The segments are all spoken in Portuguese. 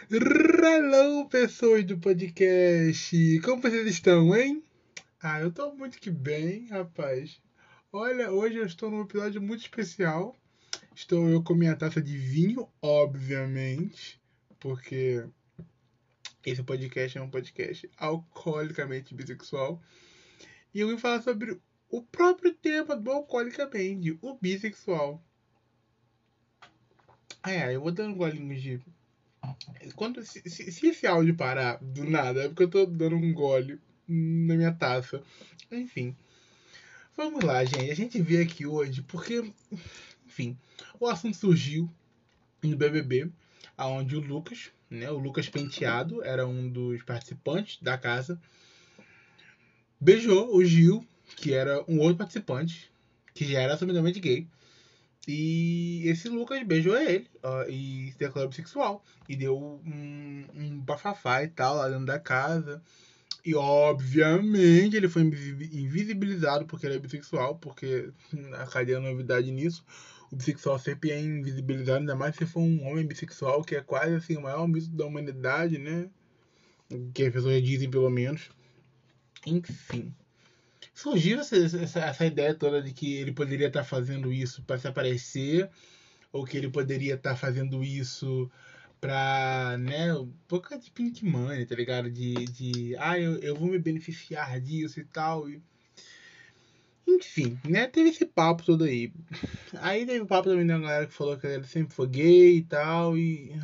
Hello, pessoas do podcast! Como vocês estão, hein? Eu tô muito que bem, rapaz. Olha, hoje eu estou num episódio muito especial. Estou eu com minha taça de vinho, obviamente, porque esse podcast é um podcast alcoolicamente bissexual. E eu vim falar sobre o próprio tema do alcoolicamente, o bissexual. Eu vou dando golinhos de se esse áudio parar do nada, é porque eu tô dando um gole na minha taça. Enfim, vamos lá, gente. A gente veio aqui hoje porque, enfim, o assunto surgiu no BBB, aonde o Lucas, né, o Lucas Penteado, era um dos participantes da casa, beijou o Gil, que era um outro participante, que já era assumidamente gay. E esse Lucas beijou ele e se declarou bissexual. E deu um bafafá e tal lá dentro da casa. E obviamente ele foi invisibilizado porque ele é bissexual, porque cadê a novidade nisso? O bissexual sempre é invisibilizado, ainda mais se for um homem bissexual, que é quase assim o maior mito da humanidade, né? Que as pessoas dizem pelo menos. Enfim. Surgiu essa ideia toda de que ele poderia estar fazendo isso para se aparecer, ou que ele poderia estar fazendo isso pra, né, um pouco de pink money, tá ligado? Eu vou me beneficiar disso e tal. Enfim, né, teve esse papo todo aí. Aí teve o papo também da galera que falou que ele sempre foi gay e tal, e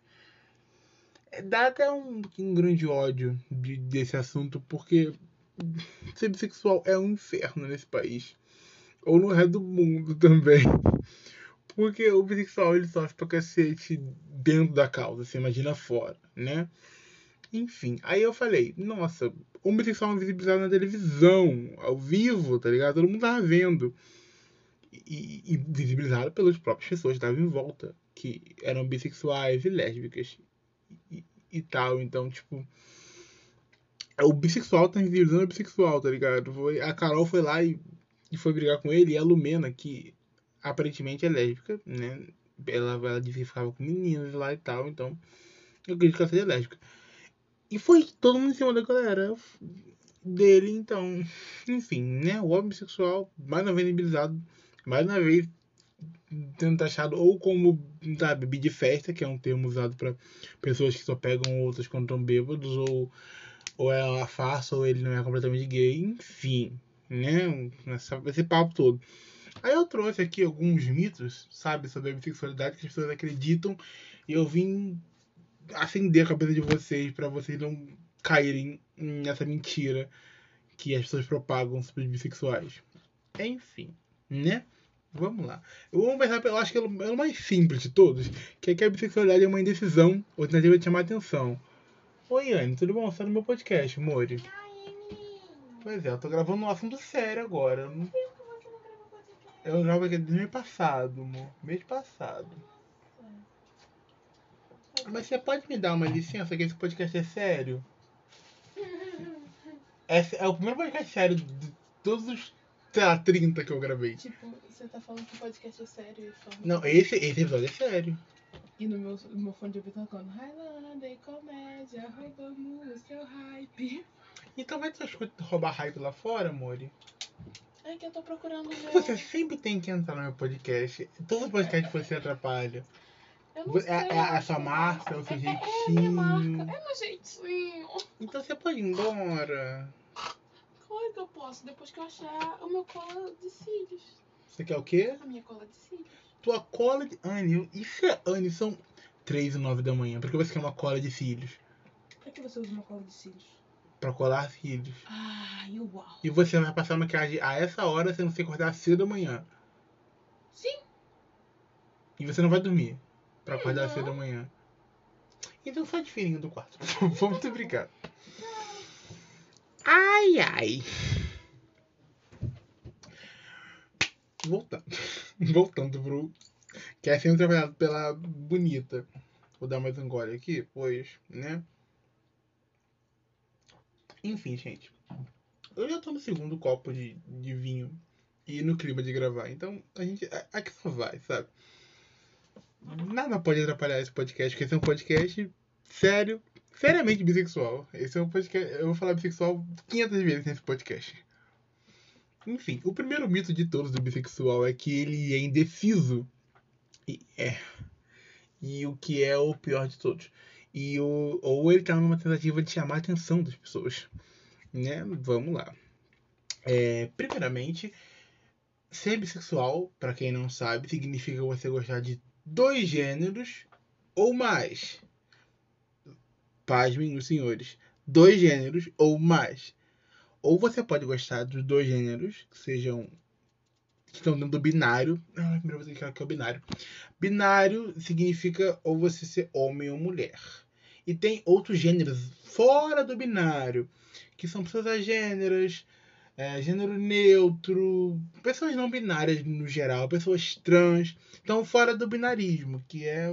dá até um grande ódio desse assunto, porque ser bissexual é um inferno nesse país. Ou no resto do mundo também. Porque o bissexual ele sofre pra cacete dentro da causa, você imagina fora, né? Enfim, aí eu falei, nossa, o bissexual invisibilizado na televisão, ao vivo, tá ligado? Todo mundo tava vendo. E visibilizado pelas próprias pessoas que estavam em volta, que eram bissexuais e lésbicas e tal. Então, tipo, o bissexual tá invisibilizando o bissexual, tá ligado? A Carol foi lá e foi brigar com ele, e a Lumena, que aparentemente é lésbica, né? Ela dizia que ficava com meninos lá e tal, então eu acredito que ela seja lésbica. E foi todo mundo em cima da galera dele, então, enfim, né? O homem bissexual, mais uma vez invisibilizado, mais uma vez sendo taxado ou como, sabe, bi de festa, que é um termo usado para pessoas que só pegam outras quando estão bêbados, ou é uma farsa, ou ele não é completamente gay, enfim, né? Esse papo todo. Aí eu trouxe aqui alguns mitos, sabe, sobre a bissexualidade que as pessoas acreditam, e eu vim acender a cabeça de vocês para vocês não caírem nessa mentira que as pessoas propagam sobre os bissexuais. Enfim, né? Vamos lá. Eu vou começar pelo, acho que é o mais simples de todos, que é que a bissexualidade é uma indecisão ou tentativa de chamar atenção. Oi, Anne, tudo bom? Você tá no meu podcast, Mori? Pois é, eu tô gravando um assunto sério agora. Eu gravo aqui desde mês passado, amor. Mês passado. Mas você pode me dar uma licença que esse podcast é sério? É o primeiro podcast sério de todos os, sei lá, 30 que eu gravei. Tipo, você tá falando que o podcast é sério e falando. Não, esse episódio é sério. E no meu fone de ouvido tá tocando Highlander, comédia, roubamos seu hype. Então vai ter as coisas de roubar hype lá fora, Mori? É que eu tô procurando meu. Você sempre tem que entrar no meu podcast. Todo podcast você atrapalha. Eu não sei. É a sua marca, é o seu jeitinho. É minha marca, é meu jeitinho. Então você pode ir embora. Claro que eu posso, depois que eu achar o meu cola de cílios. Você quer o quê? A minha cola de cílios. Tua cola de... Anne, isso é... Anne, são 3 e 9 da manhã. Por que você quer uma cola de cílios? Pra que você usa uma cola de cílios? Pra colar cílios. Ai, uau. E você vai passar maquiagem a essa hora sem você acordar cedo da manhã. Sim. E você não vai dormir pra acordar Não. cedo da manhã. Então sai de fininho do quarto. Vamos te brincar. Ai, ai. Voltando pro... Que é sendo trabalhado pela bonita. Vou dar mais um gole aqui, pois, né? Enfim, gente. Eu já tô no segundo copo de vinho e no clima de gravar. Então, a gente... Aqui só vai, sabe? Nada pode atrapalhar esse podcast, porque esse é um podcast sério, seriamente bissexual. Esse é um podcast, eu vou falar bissexual 500 vezes nesse podcast. Enfim, o primeiro mito de todos do bissexual é que ele é indeciso. E é. E o que é o pior de todos. Ou ele tá numa tentativa de chamar a atenção das pessoas. Né? Vamos lá. Primeiramente, ser bissexual, pra quem não sabe, significa você gostar de 2 gêneros ou mais. Pasmem os senhores. 2 gêneros ou mais. Ou você pode gostar dos 2 gêneros, que estão dentro do binário. Primeiro você quer que é o binário. Binário significa ou você ser homem ou mulher. E tem outros gêneros fora do binário, que são pessoas agêneras, gênero neutro, pessoas não binárias no geral, pessoas trans. Então, fora do binarismo, que é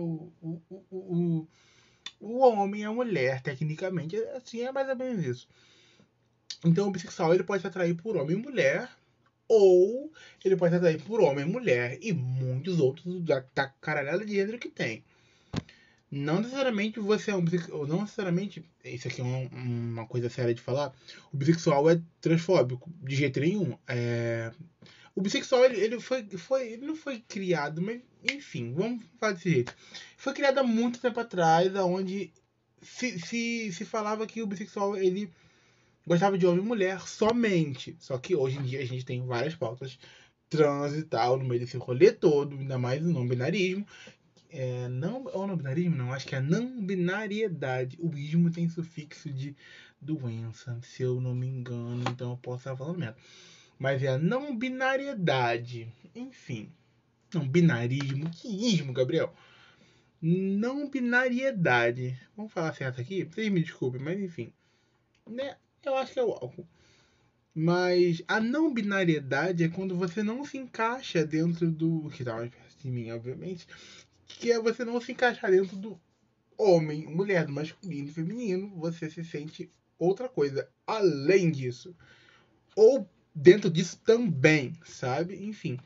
o homem e a mulher, tecnicamente. Assim, é mais ou menos isso. Então, o bissexual ele pode se atrair por homem e mulher, ou ele pode se atrair por homem e mulher, e muitos outros da caralhada de gênero que tem. Não necessariamente você é um bissexual, não necessariamente, isso aqui é uma coisa séria de falar, o bissexual é transfóbico, de jeito nenhum. O bissexual, ele não foi criado, mas enfim, vamos falar desse jeito. Foi criado há muito tempo atrás, onde se falava que o bissexual, ele gostava de homem e mulher somente. Só que hoje em dia a gente tem várias pautas trans e tal, no meio desse rolê todo, ainda mais o não binarismo. Ou não binarismo, não, acho que é não binariedade. O ismo tem sufixo de doença, se eu não me engano, então eu posso estar falando merda. Mas é a não binariedade. Enfim, não binarismo, que ismo, Gabriel? Não binariedade. Vamos falar certo aqui? Vocês me desculpem, mas enfim. Né? Eu acho que é o álcool. Mas a não binariedade é quando você não se encaixa dentro do. Que tá mais perto de mim, obviamente. Que é você não se encaixar dentro do homem, mulher, do masculino e feminino. Você se sente outra coisa além disso. Ou dentro disso também, sabe? Enfim.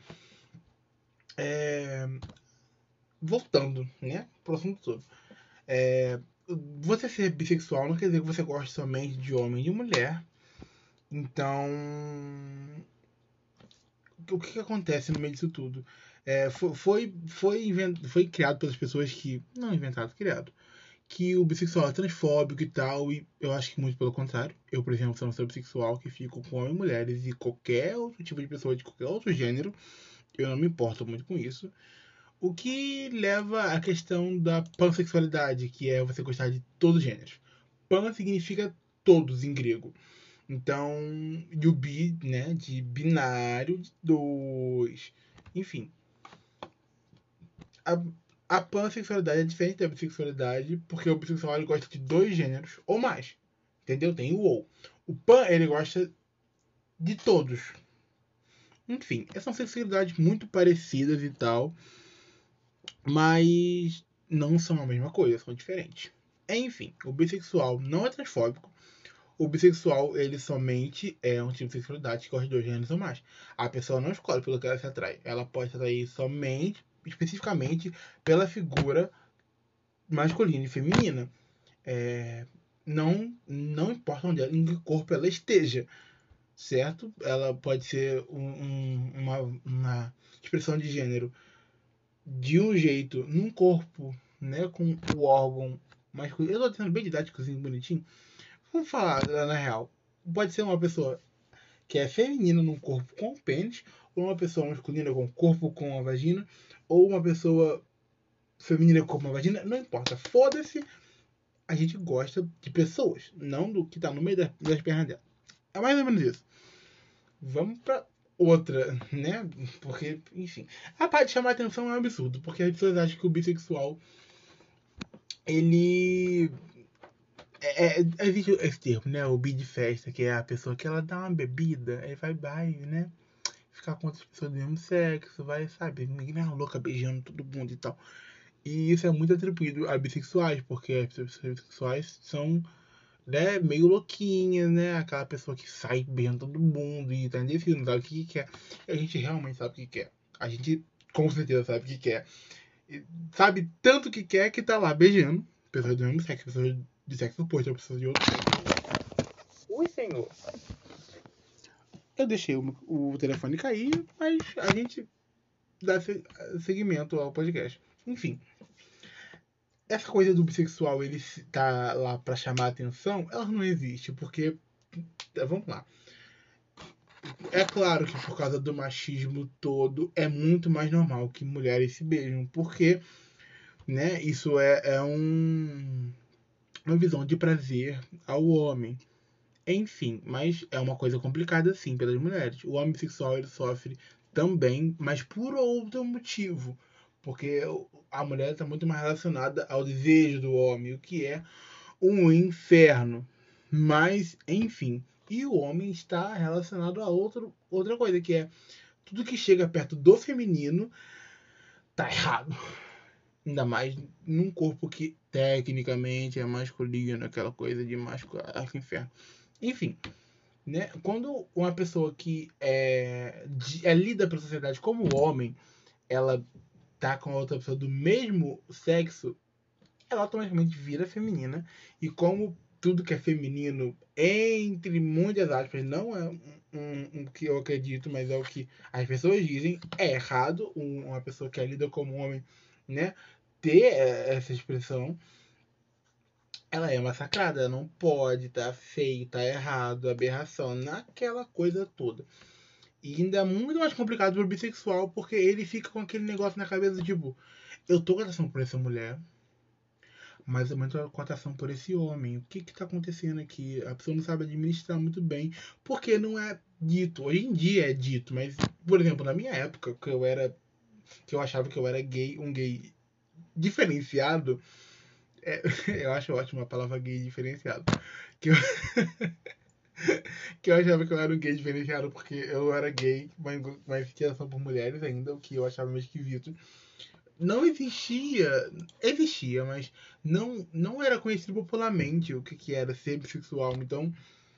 Voltando, né? Pro assunto todo. Você ser bissexual não quer dizer que você gosta somente de homem e de mulher. Então, o que acontece no meio disso tudo? Foi criado pelas pessoas que. Não inventado, criado. Que o bissexual é transfóbico e tal, e eu acho que muito pelo contrário. Eu, por exemplo, sou uma pessoa bissexual que fico com homens e mulheres e qualquer outro tipo de pessoa de qualquer outro gênero. Eu não me importo muito com isso. O que leva à questão da pansexualidade, que é você gostar de todos os gêneros. Pan significa todos em grego. Então, e o bi, né, de binário, de dois. Enfim, a, a pansexualidade é diferente da bissexualidade, porque o bissexual ele gosta de 2 gêneros ou mais. Entendeu? Tem o ou. O pan, ele gosta de todos. Enfim, são sexualidades muito parecidas e tal, mas não são a mesma coisa, são diferentes. Enfim, o bissexual não é transfóbico. O bissexual, ele somente é um tipo de sexualidade que gosta de 2 gêneros ou mais. A pessoa não escolhe pelo que ela se atrai. Ela pode se atrair somente, especificamente, pela figura masculina e feminina. Não importa onde em que corpo ela esteja, certo? Ela pode ser uma expressão de gênero de um jeito num corpo, né, com o órgão masculino. Eu tô sendo bem didáticozinho, bonitinho. Vamos falar na real. Pode ser uma pessoa que é feminina num corpo com pênis, ou uma pessoa masculina com corpo com a vagina, ou uma pessoa feminina com corpo com a vagina, não importa. Foda-se, a gente gosta de pessoas, não do que tá no meio das pernas dela. É mais ou menos isso. Vamos pra outra, né? Porque, enfim. A parte de chamar atenção é um absurdo, porque as pessoas acham que o bissexual ele existe esse termo, né? O bi de festa, que é a pessoa que ela dá uma bebida, aí vai baile, né? Ficar com outras pessoas do mesmo sexo, vai, sabe? Ninguém é louca beijando todo mundo e tal. E isso é muito atribuído a bissexuais, porque as pessoas bissexuais são, né, meio louquinhas, né? Aquela pessoa que sai beijando todo mundo e tá indeciso, não sabe o que quer. E a gente realmente sabe o que quer. A gente com certeza sabe o que quer. E sabe tanto o que quer que tá lá beijando, pessoas do mesmo sexo, pessoas de sexo oposto, pessoas de outro sexo. Oi, senhor. Eu deixei o telefone cair, mas a gente dá seguimento ao podcast. Enfim, essa coisa do bissexual ele tá lá pra chamar a atenção, ela não existe, porque vamos lá. É claro que por causa do machismo todo é muito mais normal que mulheres se beijam, porque, né, isso é uma visão de prazer ao homem. Enfim, mas é uma coisa complicada sim pelas mulheres. O homem sexual ele sofre também, mas por outro motivo. Porque a mulher está muito mais relacionada ao desejo do homem, o que é um inferno. Mas, enfim. E o homem está relacionado a outra coisa, que é tudo que chega perto do feminino tá errado. Ainda mais num corpo que tecnicamente é masculino, aquela coisa de masculino, inferno. Enfim, né? Quando uma pessoa que é lida pela sociedade como homem, ela tá com a outra pessoa do mesmo sexo, ela automaticamente vira feminina. E como tudo que é feminino, entre muitas aspas, não é um que eu acredito, mas é o que as pessoas dizem, é errado uma pessoa que é lida como homem, né, ter essa expressão. Ela é massacrada, ela não pode, tá feio, tá errado, aberração, naquela coisa toda. E ainda é muito mais complicado pro bissexual, porque ele fica com aquele negócio na cabeça, tipo, eu tô com atração por essa mulher, mas eu tô com atração por esse homem. O que tá acontecendo aqui? A pessoa não sabe administrar muito bem, porque não é dito. Hoje em dia é dito, mas, por exemplo, na minha época, que eu achava que eu era gay, um gay diferenciado, eu acho ótima a palavra gay diferenciado. Que eu, que eu achava que eu era um gay diferenciado porque eu era gay, mas tinha atração por mulheres ainda, o que eu achava meio esquisito. Não existia, mas não era conhecido popularmente o que era ser bissexual. Então,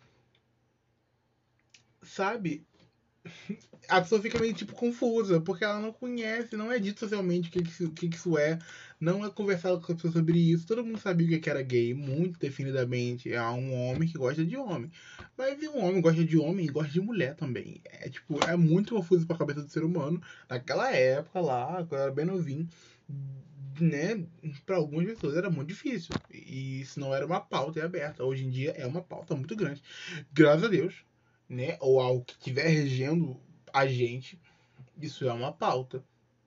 sabe, a pessoa fica meio tipo confusa, porque ela não conhece, não é dito socialmente o que isso é, não é conversado com a pessoa sobre isso. Todo mundo sabia o que era gay, muito definidamente. É um homem que gosta de homem. Mas um homem gosta de homem e gosta de mulher também. É tipo, é muito confuso pra cabeça do ser humano. Naquela época lá, quando eu era bem novinho, né, para algumas pessoas era muito difícil. E isso não era uma pauta aberta. Hoje em dia é uma pauta muito grande. Graças a Deus, né? Ou algo que estiver regendo a gente, isso é uma pauta.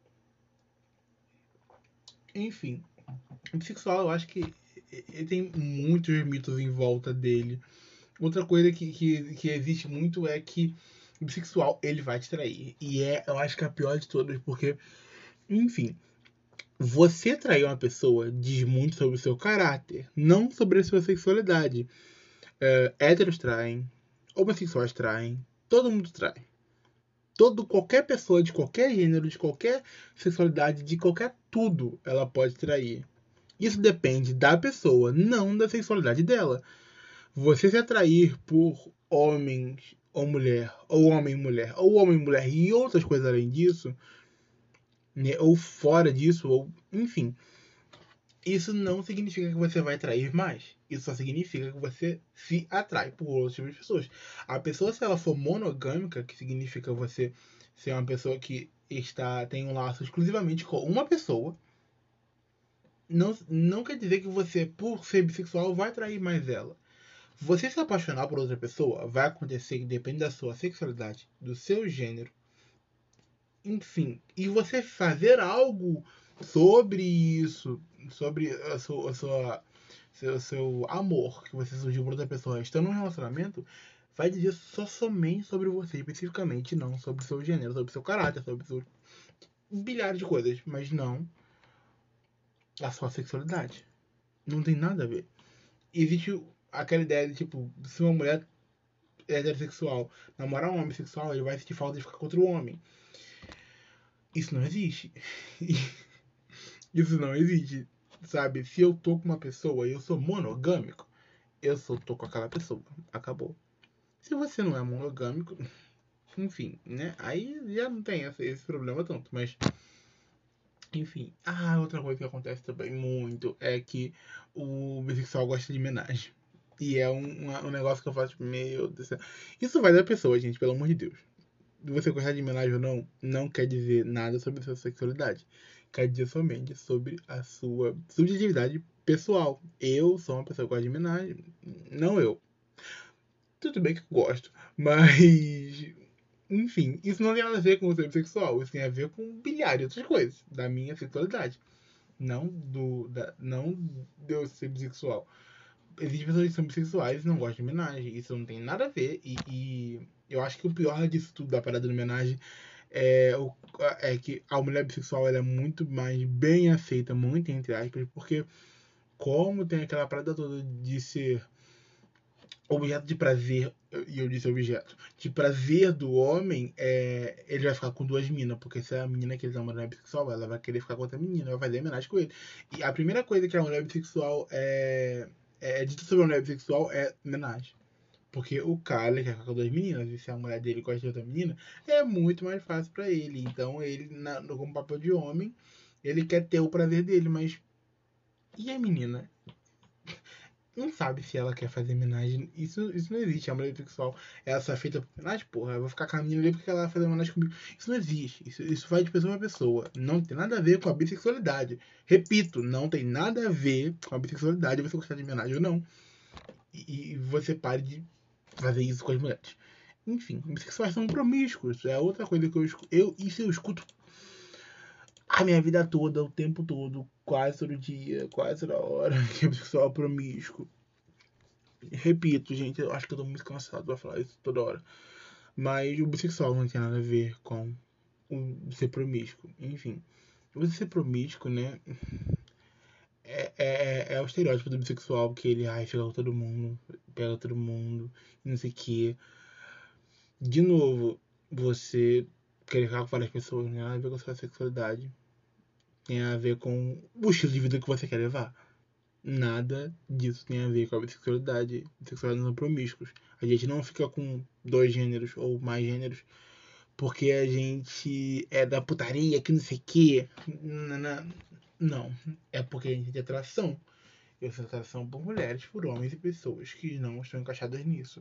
Enfim, o bissexual eu acho que ele tem muitos mitos em volta dele. Outra coisa que existe muito é que o bissexual ele vai te trair. E eu acho que é a pior de todas, porque, enfim, você trair uma pessoa diz muito sobre o seu caráter, não sobre a sua sexualidade. Héteros traem, homossexuais traem, todo mundo trai. Qualquer pessoa de qualquer gênero, de qualquer sexualidade, de qualquer tudo, ela pode trair. Isso depende da pessoa, não da sexualidade dela. Você se atrair por homens ou mulher, ou homem e mulher e outras coisas além disso, né, ou fora disso, ou enfim, isso não significa que você vai atrair mais. Isso só significa que você se atrai por outros tipos de pessoas. A pessoa, se ela for monogâmica, que significa você ser uma pessoa que tem um laço exclusivamente com uma pessoa, não quer dizer que você, por ser bissexual, vai atrair mais ela. Você se apaixonar por outra pessoa vai acontecer que depende da sua sexualidade, do seu gênero, enfim. E você fazer algo sobre isso, sobre seu amor que você surgiu por outra pessoa estando num relacionamento, vai dizer somente sobre você especificamente, não sobre o seu gênero, sobre o seu caráter, sobre o seu bilhares de coisas, mas não a sua sexualidade. Não tem nada a ver. Existe aquela ideia de, tipo, se uma mulher é heterossexual namorar um homem sexual, ele vai sentir falta de ficar com outro homem. Isso não existe. Isso não existe. Sabe? Se eu tô com uma pessoa e eu sou monogâmico, eu só tô com aquela pessoa. Acabou. Se você não é monogâmico, enfim, né? Aí já não tem esse problema tanto. Mas Enfim. Outra coisa que acontece também muito é que o bissexual gosta de homenagem. E é um negócio que eu faço, tipo, meu Deus do céu. Isso vai da pessoa, gente, pelo amor de Deus. Você gostar de homenagem ou não, não quer dizer nada sobre a sua sexualidade. Quer dizer somente sobre a sua subjetividade pessoal. Eu sou uma pessoa que gosta de homenagem, não eu. Tudo bem que eu gosto, mas enfim, isso não tem nada a ver com o ser sexual, isso tem a ver com bilhar de outras coisas da minha sexualidade, não de eu ser bissexual. Existem pessoas que são bissexuais e não gostam de homenagem, isso não tem nada a ver, e eu acho que o pior disso tudo da parada de homenagem é, é que a mulher bissexual ela é muito mais bem aceita, muito entre aspas, porque como tem aquela parada toda de ser objeto de prazer, e eu disse objeto, de prazer do homem, ele vai ficar com duas minas, porque se a menina que ele namora é bissexual, ela vai querer ficar com outra menina, vai fazer homenagem com ele. E a primeira coisa que a mulher bissexual é dito sobre a mulher bissexual é homenagem. Porque o cara ele quer ficar com duas meninas, e se a mulher dele gosta de outra menina, é muito mais fácil pra ele. Então ele, como papel de homem, ele quer ter o prazer dele, mas e a menina? Não sabe se ela quer fazer homenagem. Isso não existe. A mulher bissexual, ela só é feita por homenagem, porra. Eu vou ficar com a menina ali porque ela vai fazer homenagem comigo. Isso não existe. Isso vai de pessoa pra pessoa. Não tem nada a ver com a bissexualidade. Repito, não tem nada a ver com a bissexualidade você gostar de homenagem ou não. E você pare de fazer isso com as mulheres. Enfim, bissexuais são promíscuos. É outra coisa que isso eu escuto a minha vida toda, o tempo todo, quase todo dia, quase toda hora, que é bissexual promíscuo. Repito, gente, eu acho que eu tô muito cansado pra falar isso toda hora. Mas o bissexual não tem nada a ver com o ser promíscuo. Enfim, você ser promíscuo, né? É o estereótipo do bissexual, que ele fica com todo mundo, pega todo mundo, não sei o que. De novo, você querer ficar com várias pessoas não tem nada a ver com a sua sexualidade. Tem a ver com o estilo de vida que você quer levar. Nada disso tem a ver com a bissexualidade. Bissexualidade não são promíscuos. A gente não fica com dois gêneros ou mais gêneros porque a gente é da putaria, que não sei o quê. Não. É porque a gente tem atração. Eu tenho atração por mulheres, por homens e pessoas que não estão encaixadas nisso.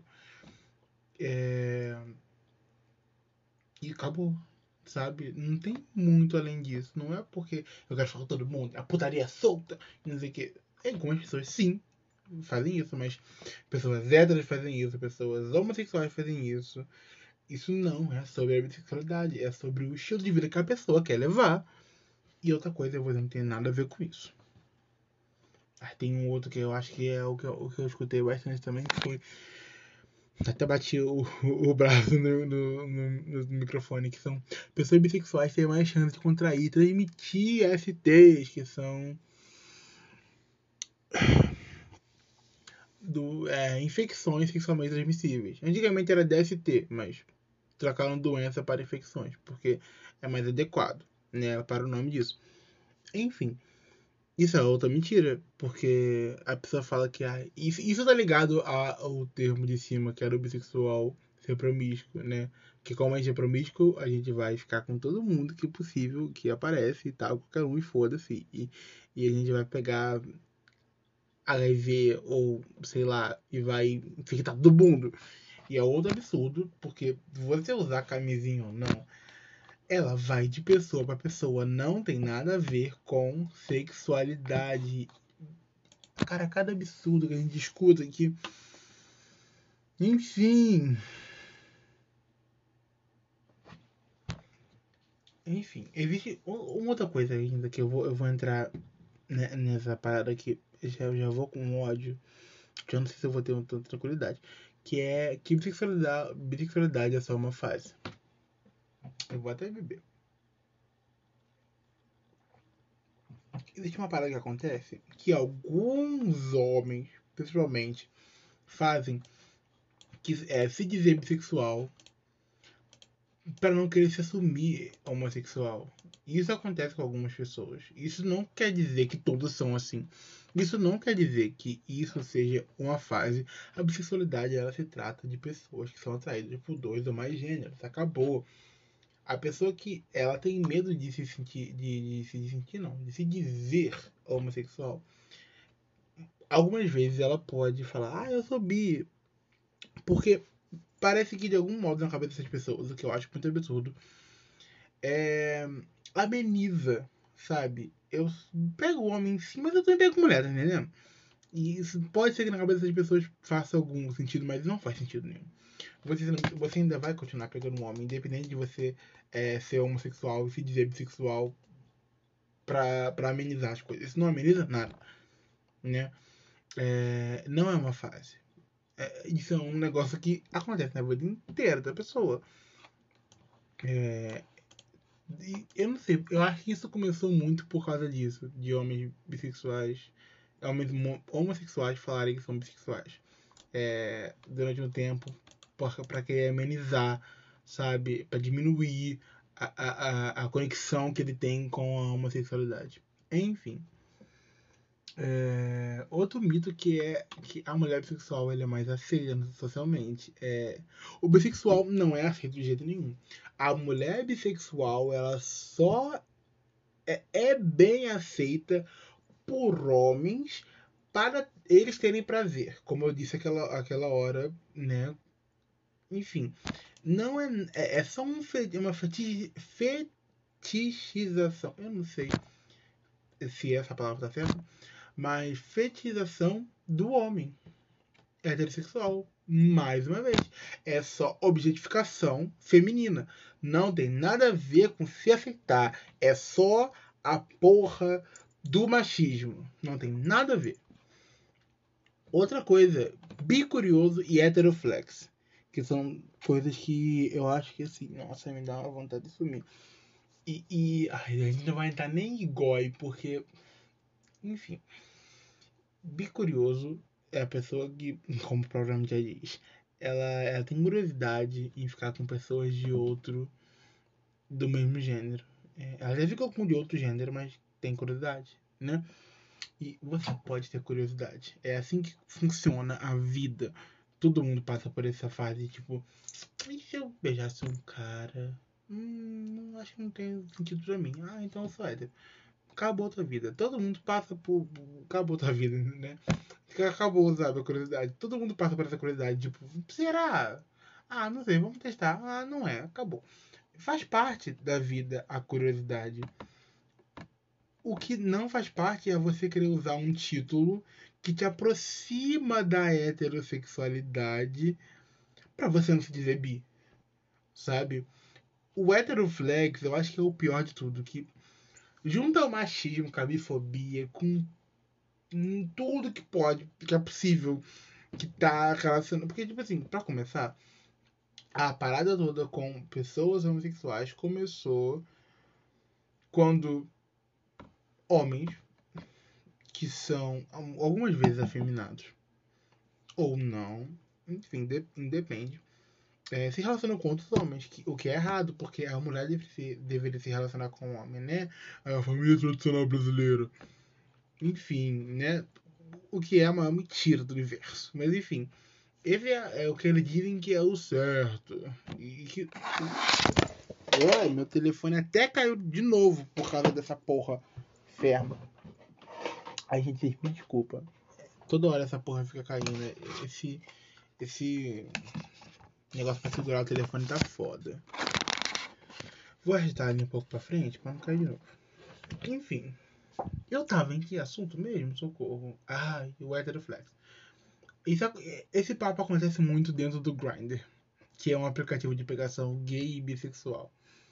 E acabou. Sabe? Não tem muito além disso. Não é porque eu quero falar com todo mundo. A putaria é solta. Não sei o quê. Algumas pessoas sim fazem isso, mas pessoas héteras fazem isso, pessoas homossexuais fazem isso. Isso não é sobre a bissexualidade, é sobre o estilo de vida que a pessoa quer levar. E outra coisa, você não tem nada a ver com isso. Tem um outro que eu acho que é o que eu escutei bastante também, que foi. Até bati o braço no microfone, que são pessoas bissexuais têm mais chance de contrair e transmitir STs, que são infecções sexualmente transmissíveis. Antigamente era DST, mas trocaram doença para infecções, porque é mais adequado, né, para o nome disso. Enfim, isso é outra mentira, porque a pessoa fala que isso tá ligado ao termo de cima, que era o bissexual ser promíscuo, né? Que como a gente é promíscuo, a gente vai ficar com todo mundo que é possível, que aparece e tal, qualquer um e foda-se. E a gente vai pegar HIV ou sei lá, e vai infectar todo mundo. E é outro absurdo, porque você usar camisinha ou não, ela vai de pessoa para pessoa, não tem nada a ver com sexualidade. Cara, cada absurdo que a gente escuta aqui. Enfim. Enfim, existe uma outra coisa ainda que eu vou entrar nessa parada aqui. Eu já vou com ódio. Que eu não sei se eu vou ter tanta tranquilidade. Que é que bissexualidade é só uma fase. Eu vou até beber. Existe uma parada que acontece que alguns homens, principalmente, fazem que se dizer bissexual para não querer se assumir homossexual. Isso acontece com algumas pessoas. Isso não quer dizer que todos são assim. Isso não quer dizer que isso seja uma fase. A bissexualidade ela se trata de pessoas que são atraídas por dois ou mais gêneros. Acabou. A pessoa que ela tem medo de se sentir, de se sentir não, de se dizer homossexual, algumas vezes ela pode falar, eu sou bi, porque parece que de algum modo na cabeça dessas pessoas, o que eu acho muito absurdo, é, ameniza, sabe? Eu pego homem sim, mas eu também pego mulher, tá entendendo? E isso pode ser que na cabeça das pessoas faça algum sentido, mas não faz sentido nenhum. Você ainda vai continuar pegando um homem, independente de você ser homossexual e se dizer bissexual pra amenizar as coisas. Isso não ameniza nada, né? Não é uma fase. Isso é um negócio que acontece na vida inteira da pessoa. Eu não sei, eu acho que isso começou muito por causa disso, de homens bissexuais, homens homossexuais falarem que são bissexuais. Durante um tempo, para querer amenizar, sabe? Para diminuir a conexão que ele tem com a homossexualidade. Enfim. Outro mito que é que a mulher bissexual ele é mais aceita socialmente. O bissexual não é aceito de jeito nenhum. A mulher bissexual ela só é bem aceita por homens para eles terem prazer, como eu disse aquela hora, né? Enfim, não é só uma fetichização. Eu não sei se essa palavra tá certa, mas fetichização do homem heterossexual. Mais uma vez, é só objetificação feminina. Não tem nada a ver com se aceitar. É só a porra do machismo. Não tem nada a ver. Outra coisa, bicurioso e heteroflex. Que são coisas que eu acho que assim, nossa, me dá uma vontade de sumir. A gente não vai entrar nem em goi, porque, enfim. Bicurioso é a pessoa que, como o programa já diz, ela tem curiosidade em ficar com pessoas de outro, do mesmo gênero. Ela já ficou com de outro gênero, mas tem curiosidade, né? E você pode ter curiosidade. É assim que funciona a vida. Todo mundo passa por essa fase, tipo, e se eu beijasse um cara? Acho que não tem sentido pra mim. Então eu sou hétero. Acabou a tua vida. Todo mundo passa por. Acabou a tua vida, né? Acabou, sabe, a curiosidade. Todo mundo passa por essa curiosidade, tipo, será? Não sei, vamos testar. Não é, acabou. Faz parte da vida a curiosidade. O que não faz parte é você querer usar um título que te aproxima da heterossexualidade pra você não se dizer bi, sabe? O heteroflex, eu acho que é o pior de tudo, que junta o machismo com a bifobia, com tudo que pode, que é possível, que tá relacionado. Porque, tipo assim, pra começar, a parada toda com pessoas homossexuais começou quando homens, que são algumas vezes afeminados, ou não, enfim, independe, se relacionam com outros homens, o que é errado, porque a mulher deveria se relacionar com o homem, né? A família tradicional brasileira. Enfim, né? O que é a maior mentira do universo. Mas enfim, esse é o que eles dizem que é o certo. E que. Ai, meu telefone até caiu de novo por causa dessa porra ferma. Ai, gente, me desculpa. Toda hora essa porra fica caindo. Né? Esse negócio pra segurar o telefone tá foda. Vou agitar ele um pouco pra frente pra não cair de novo. Enfim. Eu tava em que assunto mesmo? Socorro. O heteroflex. Esse papo acontece muito dentro do Grindr, que é um aplicativo de pegação gay e bissexual.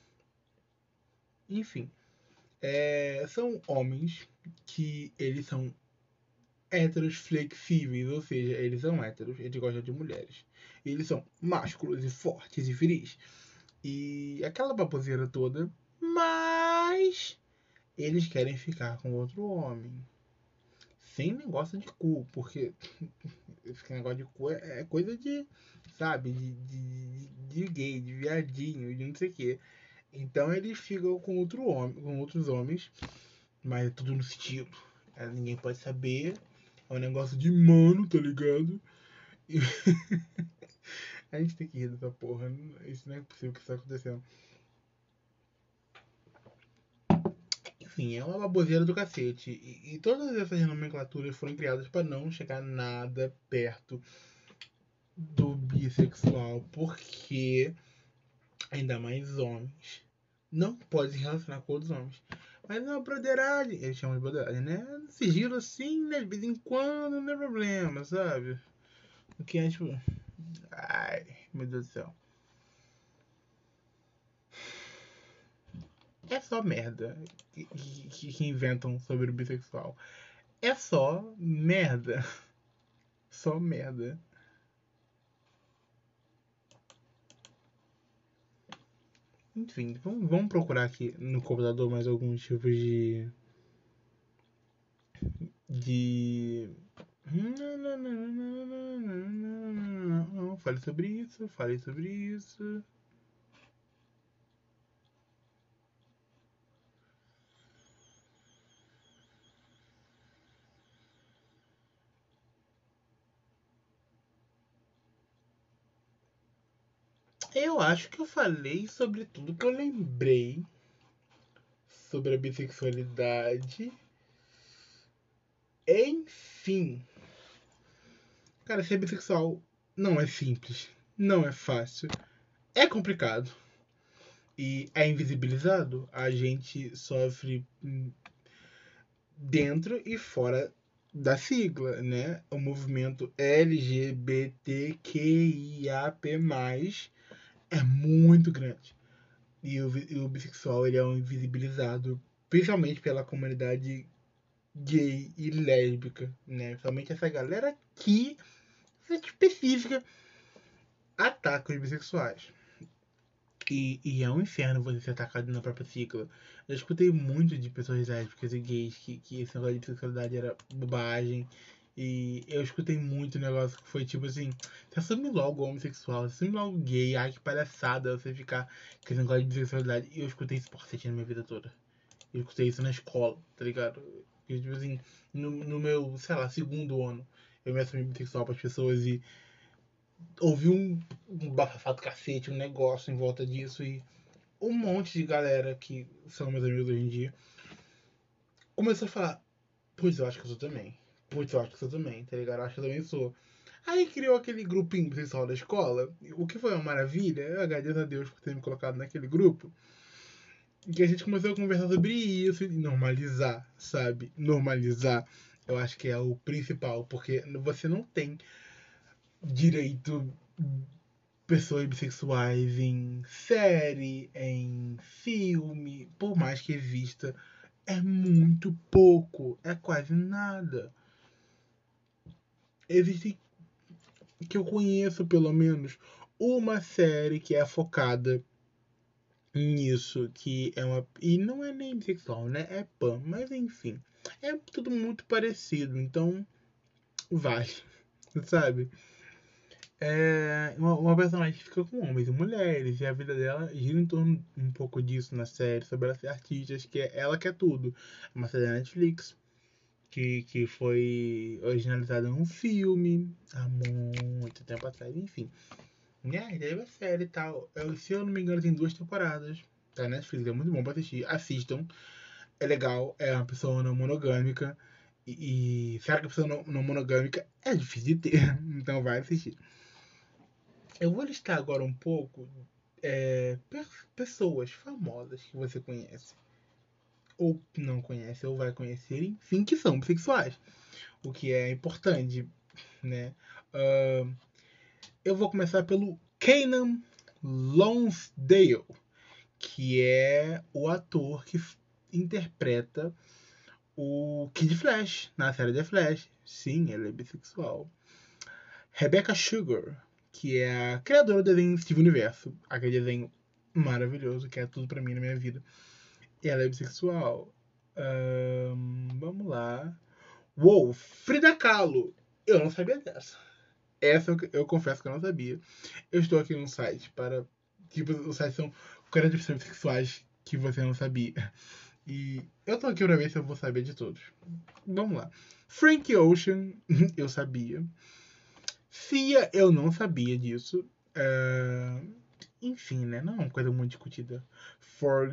Enfim, são homens que eles são héteros flexíveis, ou seja, eles são héteros, eles gostam de mulheres. Eles são másculos e fortes e viris. E aquela baboseira toda, mas eles querem ficar com outro homem. Sem negócio de cu, porque esse negócio de cu é coisa de, sabe, de gay, de viadinho, de não sei o que. Então eles ficam com outros homens, mas é tudo no estilo. Ninguém pode saber. É um negócio de mano, tá ligado? E a gente tem que rir dessa porra. Isso não é possível que isso tá acontecendo. Enfim, é uma baboseira do cacete. E todas essas nomenclaturas foram criadas para não chegar nada perto do bissexual, porque ainda mais homens não podem se relacionar com outros homens. Mas é uma broderagem, eles chamam de broderagem, né? Sigilo assim, né? De vez em quando, não é problema, sabe? Porque é tipo. Ai, meu Deus do céu. É só merda que inventam sobre o bissexual. É só merda. Só merda. Enfim, vamos procurar aqui no computador mais alguns tipos de. Não, fale sobre isso, fale sobre isso. Eu acho que eu falei sobre tudo que eu lembrei sobre a bissexualidade. Enfim, cara, ser bissexual não é simples, não é fácil, é complicado e é invisibilizado. A gente sofre dentro e fora da sigla, né? O movimento LGBTQIAP+, é muito grande. E o bissexual ele é um invisibilizado, principalmente pela comunidade gay e lésbica, né? Principalmente essa galera que específica ataca os bissexuais. E é um inferno você ser atacado na própria sigla. Eu escutei muito de pessoas lésbicas e gays que esse negócio de bissexualidade era bobagem. E eu escutei muito negócio que foi tipo assim: você assume logo homossexual, você assume logo gay, ai que palhaçada você ficar com esse negócio de bissexualidade. E eu escutei isso por na minha vida toda. Eu escutei isso na escola, tá ligado? E, tipo assim, no meu, sei lá, segundo ano, eu me assumi bissexual pras pessoas e ouvi um bafafá do cacete, um negócio em volta disso e um monte de galera que são meus amigos hoje em dia começou a falar, pois eu acho que eu sou também. Pois eu acho que eu sou também, tá ligado? Eu acho que eu também sou. Aí criou aquele grupinho pessoal da escola, o que foi uma maravilha, eu agradeço a Deus por ter me colocado naquele grupo, que a gente começou a conversar sobre isso e normalizar, sabe? Normalizar, eu acho que é o principal, porque você não tem direito pessoas bissexuais em série, em filme, por mais que exista, é muito pouco, é quase nada. Existe, que eu conheço pelo menos, uma série que é focada nisso, que é uma. E não é nem bissexual, né? É pan, mas enfim. É tudo muito parecido, então vale, sabe? É uma personagem que fica com homens e mulheres, e a vida dela gira em torno um pouco disso na série, sobre ela ser artista, que é ela quer tudo. É uma série da Netflix, que foi originalizada num filme há muito tempo atrás, enfim. E aí teve a série e tal. Se eu não me engano, tem 2 temporadas. Tá na Netflix, é muito bom pra assistir. Assistam. É legal, é uma pessoa não monogâmica. E será que a pessoa não monogâmica é difícil de ter? Então vai assistir. Eu vou listar agora um pouco pessoas famosas que você conhece, ou não conhece, ou vai conhecer, enfim, que são bissexuais. O que é importante, né? Eu vou começar pelo Kanan Lonsdale, que é o ator que interpreta o Kid Flash na série The Flash. Sim, ele é bissexual. Rebecca Sugar, que é a criadora do desenho Steve Universo, aquele desenho maravilhoso que é tudo pra mim na minha vida. E ela é bissexual. Vamos lá. Uou, Frida Kahlo. Eu não sabia dessa. Essa eu confesso que eu não sabia. Eu estou aqui num site para. Tipo, os sites são 40 pessoas sexuais que você não sabia. E eu tô aqui pra ver se eu vou saber de todos. Vamos lá. Frank Ocean, eu sabia. Cia, eu não sabia disso. Enfim, né? Não é uma coisa muito discutida. Ferg,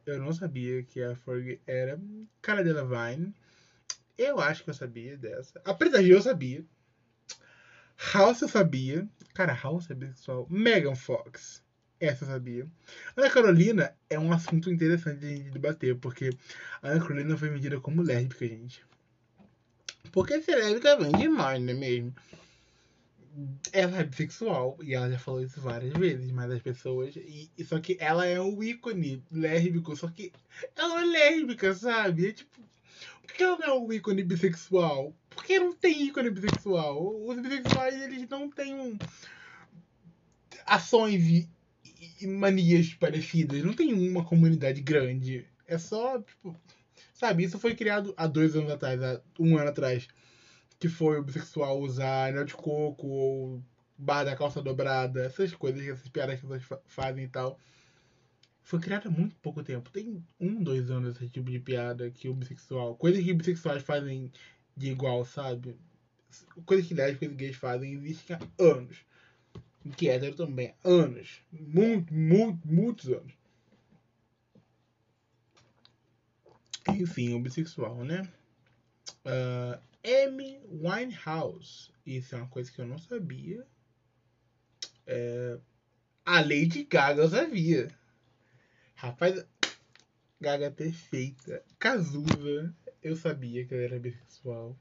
Eu não sabia que a Fergie era Cara Delevingne. Eu acho que eu sabia dessa. A Preta Gil eu sabia. House eu sabia. Cara, House é bissexual. Megan Fox. Essa eu sabia. Ana Carolina é um assunto interessante de a gente debater, porque a Ana Carolina foi vendida como lésbica, gente. Porque ser lésbica vem demais, não é mesmo? Ela é bissexual, e ela já falou isso várias vezes, mas as pessoas. Só que ela é um ícone lésbico, só que ela é lésbica, sabe? É tipo, por que ela não é um ícone bissexual? Porque não tem ícone bissexual. Os bissexuais, eles não têm ações e manias parecidas. Não tem uma comunidade grande. É só, tipo, sabe? Isso foi criado há 2 anos atrás, há 1 ano atrás. Que foi o bissexual usar anel de coco ou barra da calça dobrada. Essas coisas, essas piadas que vocês fazem e tal. Foi criado há muito pouco tempo. Tem 2 anos esse tipo de piada que o bissexual. Coisas que bissexuais fazem de igual, sabe? Coisas que lésbicas e gays fazem existem há anos. Que hétero também. Anos. Muitos anos. Enfim, o bissexual, né? Amy Winehouse. Isso é uma coisa que eu não sabia. A Lady Gaga eu sabia. Rapaz, Gaga perfeita. Cazuza, eu sabia que ela era bissexual.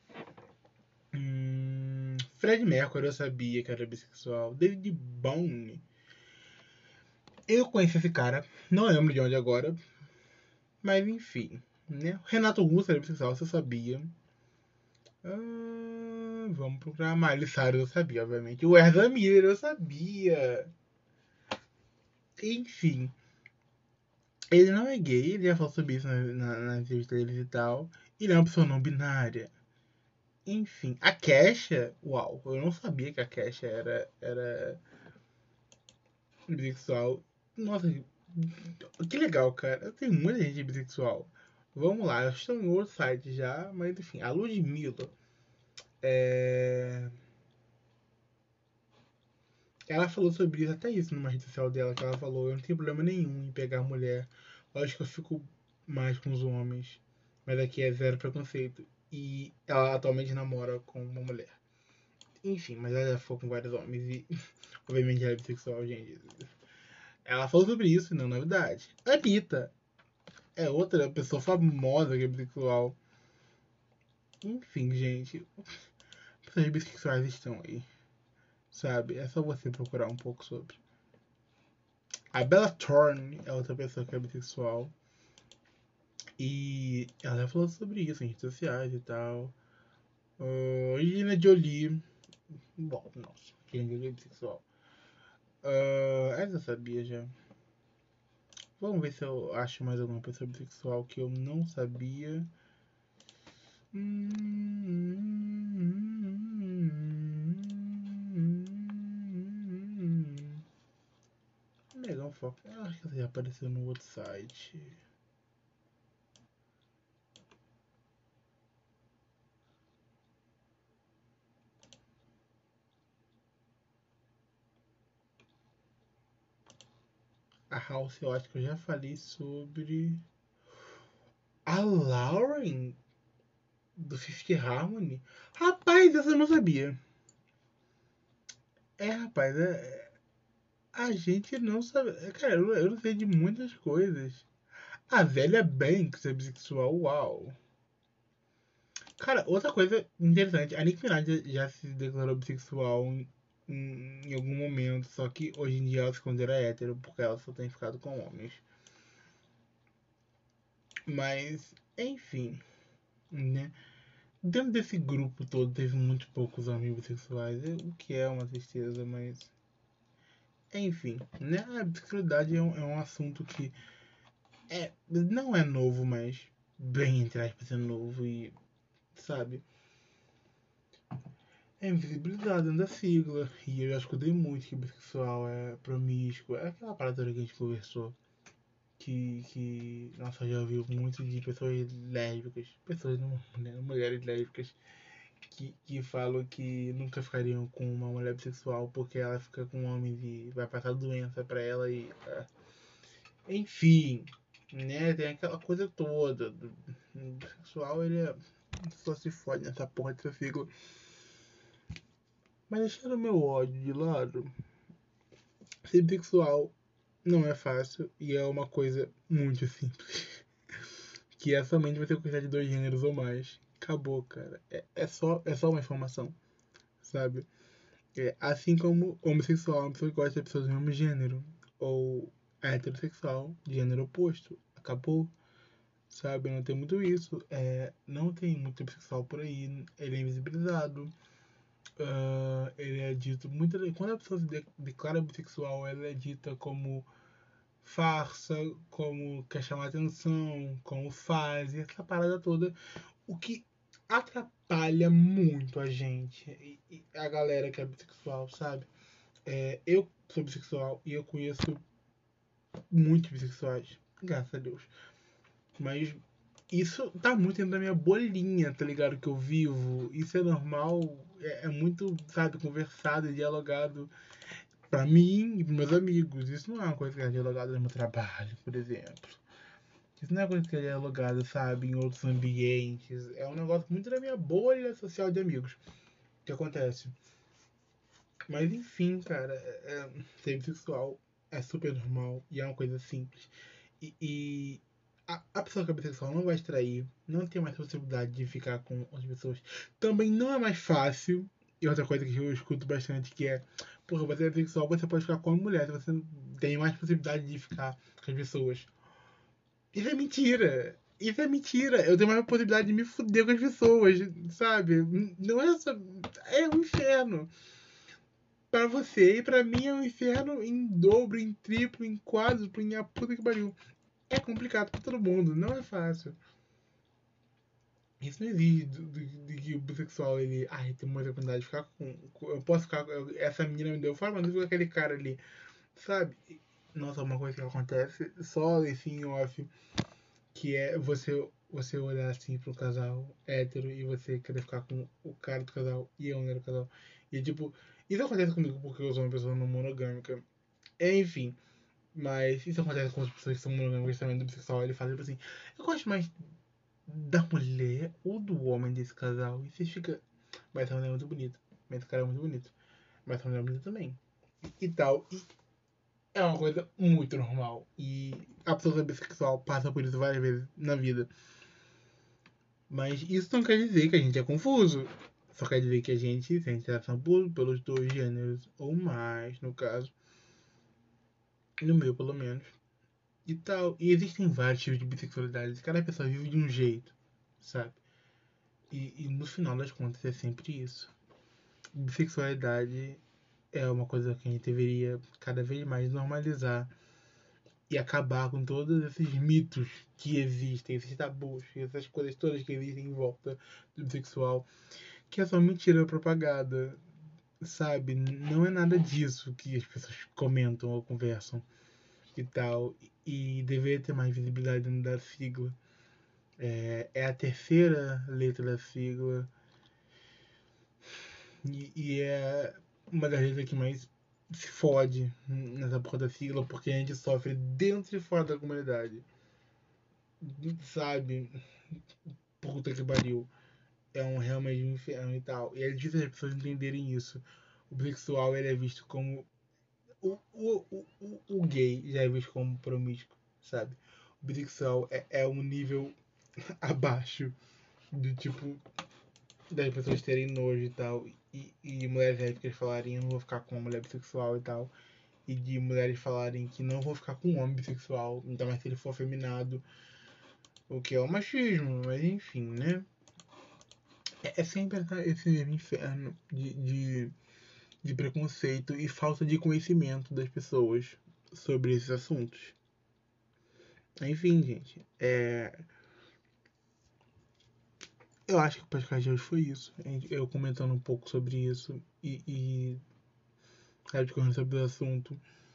Fred Mercury eu sabia que era bissexual. David Bowie. Eu conheci esse cara, não lembro de onde agora. Mas enfim, né? Renato Russo era bissexual, você sabia. Vamos procurar. Miley Cyrus eu sabia, obviamente. O Ezra Miller eu sabia. Enfim. Ele não é gay, ele já falou sobre isso na entrevista deles e tal. Ele é uma pessoa não binária. Enfim, a Kesha, uau, eu não sabia que a Kesha era bissexual. Nossa, que legal, cara. Tem muita gente bissexual. Vamos lá, eu estou em outro site já, mas enfim, a Ludmilla. Ela falou sobre isso, até isso numa rede social dela, que ela falou, eu não tenho problema nenhum em pegar mulher. Lógico que eu fico mais com os homens, mas aqui é zero preconceito. E ela atualmente namora com uma mulher. Enfim, mas ela já foi com vários homens e obviamente ela é bissexual, gente. Ela falou sobre isso, não é novidade. Anitta é outra pessoa famosa que é bissexual. Enfim, gente, pessoas bissexuais estão aí, sabe? É só você procurar um pouco sobre. A Bella Thorne é outra pessoa que é bissexual. E ela já falou sobre isso em redes sociais e tal. Angelina Jolie. Bom, nossa, Angelina Jolie é bissexual. Essa eu sabia já. Vamos ver se eu acho mais alguma pessoa bissexual que eu não sabia. Legal, foco. Acho que ela já apareceu no outro site. A House, eu acho que eu já falei sobre. A Lauren do Fifth Harmony? Rapaz, essa eu não sabia. Rapaz, a gente não sabe. Cara, eu não sei de muitas coisas. A velha Banks é bissexual, uau. Cara, outra coisa interessante, a Nicki Minaj já se declarou bissexual em algum momento, só que hoje em dia ela se considera hétero, porque ela só tem ficado com homens. Mas, enfim, né? Dentro desse grupo todo teve muito poucos homens bissexuais, o que é uma tristeza, mas. Enfim, né? A bissexualidade é um assunto que não é novo, mas bem entre aspas é novo e, sabe, é invisibilizado dentro da sigla. E eu já escutei muito que bissexual é promíscuo. É aquela parada que a gente conversou. Nossa, já ouviu muito de pessoas lésbicas, pessoas não, né, mulheres lésbicas, que falam que nunca ficariam com uma mulher bissexual porque ela fica com homens e vai passar doença pra ela e. Enfim. né? Tem aquela coisa toda. O bissexual, ele só se fode nessa porra dessa sigla. Mas deixando o meu ódio de lado, ser bissexual não é fácil e é uma coisa muito simples. Que é somente você gostar de dois gêneros ou mais. Acabou, cara. É só uma informação, sabe? Assim como homossexual é uma pessoa que gosta de pessoas do mesmo gênero. Ou heterossexual, gênero oposto. Acabou, sabe? Não tem muito isso. Não tem muito bissexual por aí. Ele é invisibilizado. Ele é dito. Quando a pessoa se declara bissexual, ela é dita como farsa, como quer chamar atenção, como fase, essa parada toda. O que atrapalha muito a gente e a galera que é bissexual, sabe? Eu sou bissexual e eu conheço muitos bissexuais, graças a Deus. Mas isso tá muito dentro da minha bolinha, tá ligado? Que eu vivo. Isso é normal, é muito, sabe, conversado e dialogado pra mim e pros meus amigos. Isso não é uma coisa que é dialogada no meu trabalho, por exemplo. Isso não é coisa que é dialogada, sabe, em outros ambientes. É um negócio muito da minha bolha social de amigos que acontece. Mas enfim, cara, ser bissexual é super normal e é uma coisa simples. E a pessoa que é bissexual não vai extrair, não tem mais possibilidade de ficar com outras pessoas. Também não é mais fácil. E outra coisa que eu escuto bastante que é, porra, você é bissexual, você pode ficar com uma mulher, você tem mais possibilidade de ficar com as pessoas. Isso é mentira. Isso é mentira. Eu tenho mais possibilidade de me fuder com as pessoas, sabe? Não é só. É um inferno. Pra você e pra mim é um inferno em dobro, em triplo, em quádruplo, em a puta que pariu. É complicado pra todo mundo, não é fácil. Isso não exige de que o bissexual ele. Ai, tem muita oportunidade de ficar com. Eu posso ficar. Essa menina me deu fora, mas eu fico com aquele cara ali. Sabe? Nossa, uma coisa que acontece só assim off. Que é você olhar assim pro casal hétero e você querer ficar com o cara do casal e a mulher do casal. E tipo, isso acontece comigo porque eu sou uma pessoa não monogâmica. Enfim, mas isso acontece com as pessoas que são monogâmicas também do bissexual. Ele fala tipo assim, eu gosto mais da mulher ou do homem desse casal. E você fica, mas essa mulher é muito bonita. Mas esse cara é muito bonito. Mas essa mulher é bonita também. E tal. E é uma coisa muito normal. E a pessoa bissexual passa por isso várias vezes na vida. Mas isso não quer dizer que a gente é confuso. Só quer dizer que a gente sente atração pelos dois gêneros, ou mais, no caso. No meu, pelo menos. E tal. E existem vários tipos de bissexualidade. Cada pessoa vive de um jeito, sabe? E no final das contas é sempre isso. Bissexualidade é uma coisa que a gente deveria cada vez mais normalizar e acabar com todos esses mitos que existem, esses tabus, essas coisas todas que existem em volta do bissexual, que é só mentira propagada, sabe? Não é nada disso que as pessoas comentam ou conversam e tal. E deveria ter mais visibilidade dentro da sigla. É a terceira letra da sigla e é uma das letras que mais se fode nessa porra da sigla porque a gente sofre dentro e fora da comunidade, sabe? Puta que pariu. É realmente um inferno e tal. E é difícil as pessoas entenderem isso. O bissexual ele é visto como o gay já é visto como promíscuo, sabe? O bissexual é um nível abaixo do tipo das pessoas terem nojo e tal. E mulheres lésbicas falarem eu não vou ficar com uma mulher bissexual e tal. E de mulheres falarem que não vou ficar com um homem bissexual, então mas se ele for afeminado, o que é o machismo, mas enfim, né? É sempre esse mesmo inferno de preconceito e falta de conhecimento das pessoas sobre esses assuntos. Enfim, gente, eu acho que o podcast de hoje foi isso. Eu comentando um pouco sobre isso e sabe, discorrendo sobre o assunto.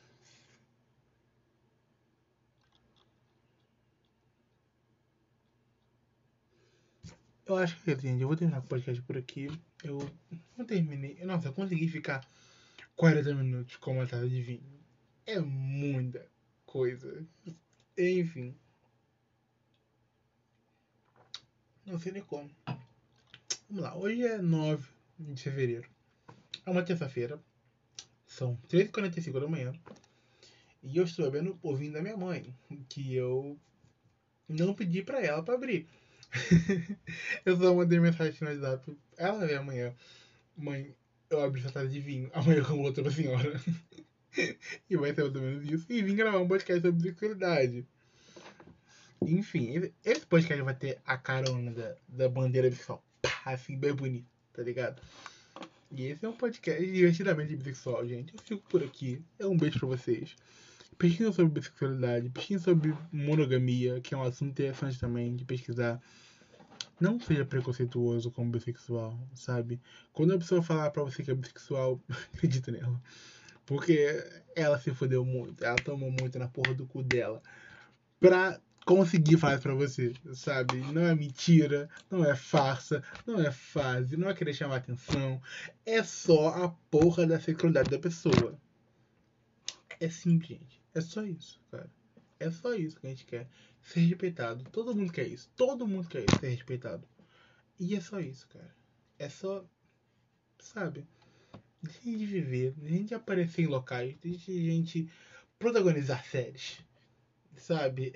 Eu acho que, gente, eu vou terminar o podcast por aqui. Eu não terminei. Nossa, eu consegui ficar 40 minutos com uma taça de vinho. É muita coisa. Enfim. Não sei nem como. Vamos lá, hoje é 9 de fevereiro. É uma terça-feira. São 3h45 da manhã. E eu estou ouvindo a minha mãe, que eu não pedi pra ela pra abrir. Eu só mandei mensagem no WhatsApp. Ela vem amanhã. Mãe, eu abri essa taça de vinho. Amanhã eu como outra pra senhora. E vai ser mais ou menos isso. E vim gravar um podcast sobre sexualidade. Enfim, esse podcast vai ter a carona da bandeira bissexual. Pá, assim, bem bonito, tá ligado? E esse é um podcast divertidamente bissexual, gente. Eu fico por aqui. É um beijo pra vocês. Pesquisa sobre bissexualidade, pesquisa sobre monogamia, que é um assunto interessante também de pesquisar. Não seja preconceituoso como bissexual, sabe? Quando a pessoa falar pra você que é bissexual, acredita nela. Porque ela se fodeu muito, ela tomou muito na porra do cu dela pra conseguir falar isso pra você, sabe? Não é mentira, não é farsa, não é fase, não é querer chamar atenção. É só a porra da sexualidade da pessoa. É simples, gente. É só isso, cara. É só isso que a gente quer. Ser respeitado. Todo mundo quer isso. Todo mundo quer isso, ser respeitado. E é só isso, cara. É só, sabe? Deixa a gente viver. Deixa a gente aparecer em locais. Deixa a gente protagonizar séries. Sabe?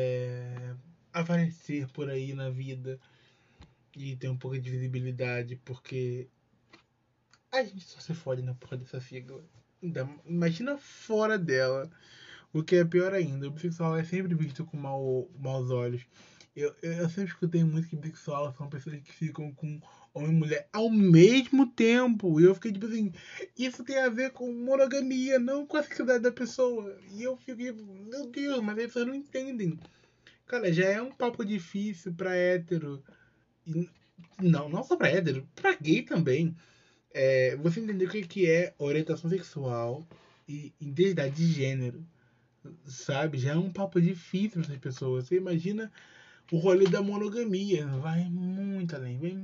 Aparecer por aí na vida. E ter um pouco de visibilidade. Porque a gente só se fode na porra dessa sigla. Imagina fora dela. O que é pior ainda, o bissexual é sempre visto com maus olhos. Eu sempre escutei muito que bissexual são pessoas que ficam com homem e mulher ao mesmo tempo. E eu fiquei tipo assim, isso tem a ver com monogamia, não com a sexualidade da pessoa. E eu fico tipo, meu Deus, mas as pessoas não entendem. Cara, já é um papo difícil pra hétero. E, não só pra hétero, pra gay também. Você entender o que é orientação sexual e identidade de gênero, sabe? Já é um papo difícil para as pessoas. Você imagina o rolê da monogamia. Vai muito além. Vai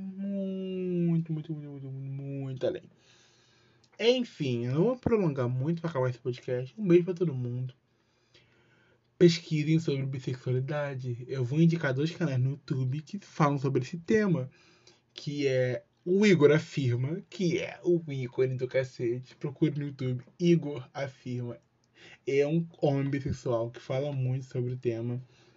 muito além. Enfim, eu não vou prolongar muito para acabar esse podcast. Um beijo para todo mundo. Pesquisem sobre bissexualidade. Eu vou indicar 2 canais no YouTube que falam sobre esse tema. Que é o Igor Afirma, que é o ícone do cacete. Procure no YouTube. Igor Afirma. É um homem bissexual que fala muito sobre o tema.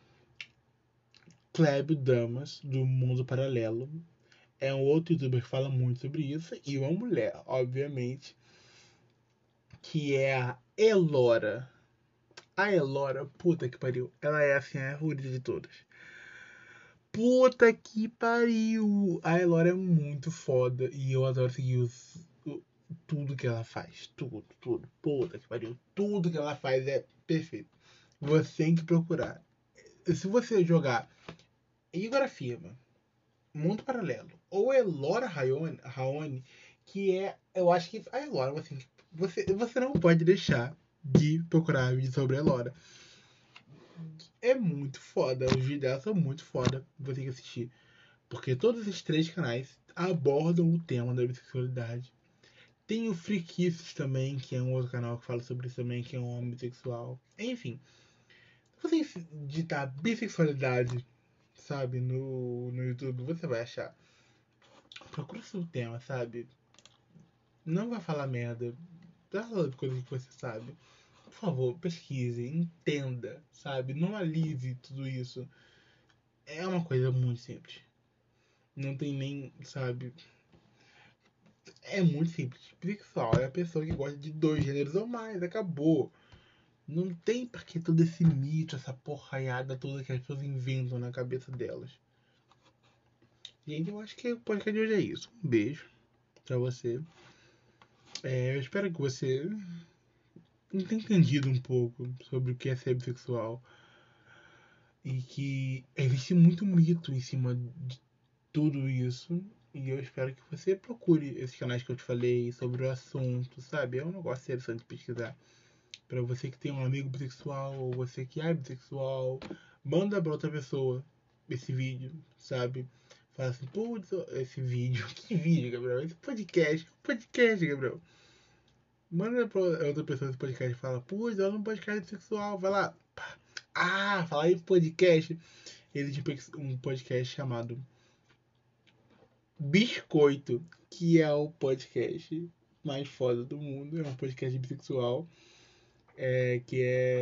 Clébio Damas, do Mundo Paralelo. É um outro youtuber que fala muito sobre isso. E uma mulher, obviamente, que é a Elora. A Elora, puta que pariu. Ela é assim, a favorita de todas. Puta que pariu. A Elora é muito foda. E eu adoro seguir tudo que ela faz. Tudo. Puta que pariu. Tudo que ela faz é perfeito. Você tem que procurar. Se você jogar Igor Afirma, Mundo Paralelo, ou Elora Raoni, que é, eu acho que a Elora, assim, você não pode deixar de procurar vídeo sobre a Elora. É muito foda, os vídeos dela são muito foda, você tem que assistir. Porque todos esses 3 canais abordam o tema da bissexualidade. Tem o Freakices também, que é um outro canal que fala sobre isso também, que é um homem bissexual. Enfim, se você digitar bissexualidade, sabe, no YouTube, você vai achar. Procura seu tema, sabe? Não vai falar merda. Tá falando coisas que você sabe. Por favor, pesquise, entenda, sabe? Não alise tudo isso. É uma coisa muito simples. Não tem nem, sabe? É muito simples. Bissexual é a pessoa que gosta de 2 gêneros ou mais. Acabou. Não tem pra que todo esse mito, essa porraiada toda que as pessoas inventam na cabeça delas. Gente, eu acho que o podcast de hoje é isso. Um beijo pra você. Eu espero que você tenha entendido um pouco sobre o que é ser bissexual. E que existe muito mito em cima de tudo isso. E eu espero que você procure esses canais que eu te falei sobre o assunto, sabe? É um negócio interessante de pesquisar. Pra você que tem um amigo bissexual ou você que é bissexual, manda pra outra pessoa esse vídeo, sabe? Fala assim, putz, esse vídeo. Que vídeo, Gabriel? Esse podcast, Gabriel. Manda pra outra pessoa esse podcast e fala, putz, olha um podcast sexual, vai lá. Falar em podcast. Existe um podcast chamado Biscoito, que é o podcast mais foda do mundo. É um podcast bissexual. Que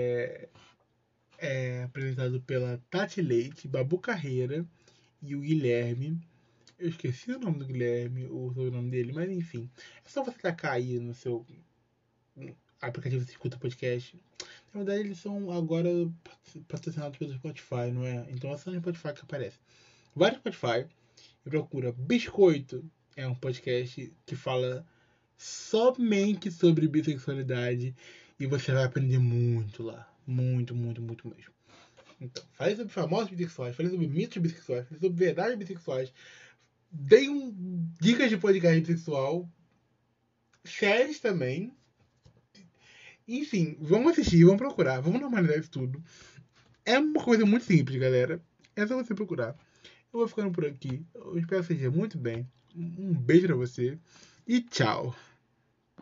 é apresentado pela Tati Leite, Babu Carreira e o Guilherme. Eu esqueci o nome do Guilherme, o sobrenome dele, mas enfim. É só você tacar aí no seu aplicativo que escuta podcast. Na verdade, eles são agora patrocinados pelo Spotify, não é? Então é só no Spotify que aparece. Vai no Spotify e procura Biscoito. É um podcast que fala somente sobre bissexualidade e você vai aprender muito lá. Muito, muito, muito mesmo. Então, fale sobre famosos bissexuais, fale sobre mitos bissexuais, fale sobre verdades bissexuais. Dei dicas de podcast bissexual, séries também. Enfim, vamos assistir, vamos procurar, vamos normalizar isso tudo. É uma coisa muito simples, galera. É só você procurar. Eu vou ficando por aqui. Eu espero que seja muito bem. Um beijo pra você e tchau.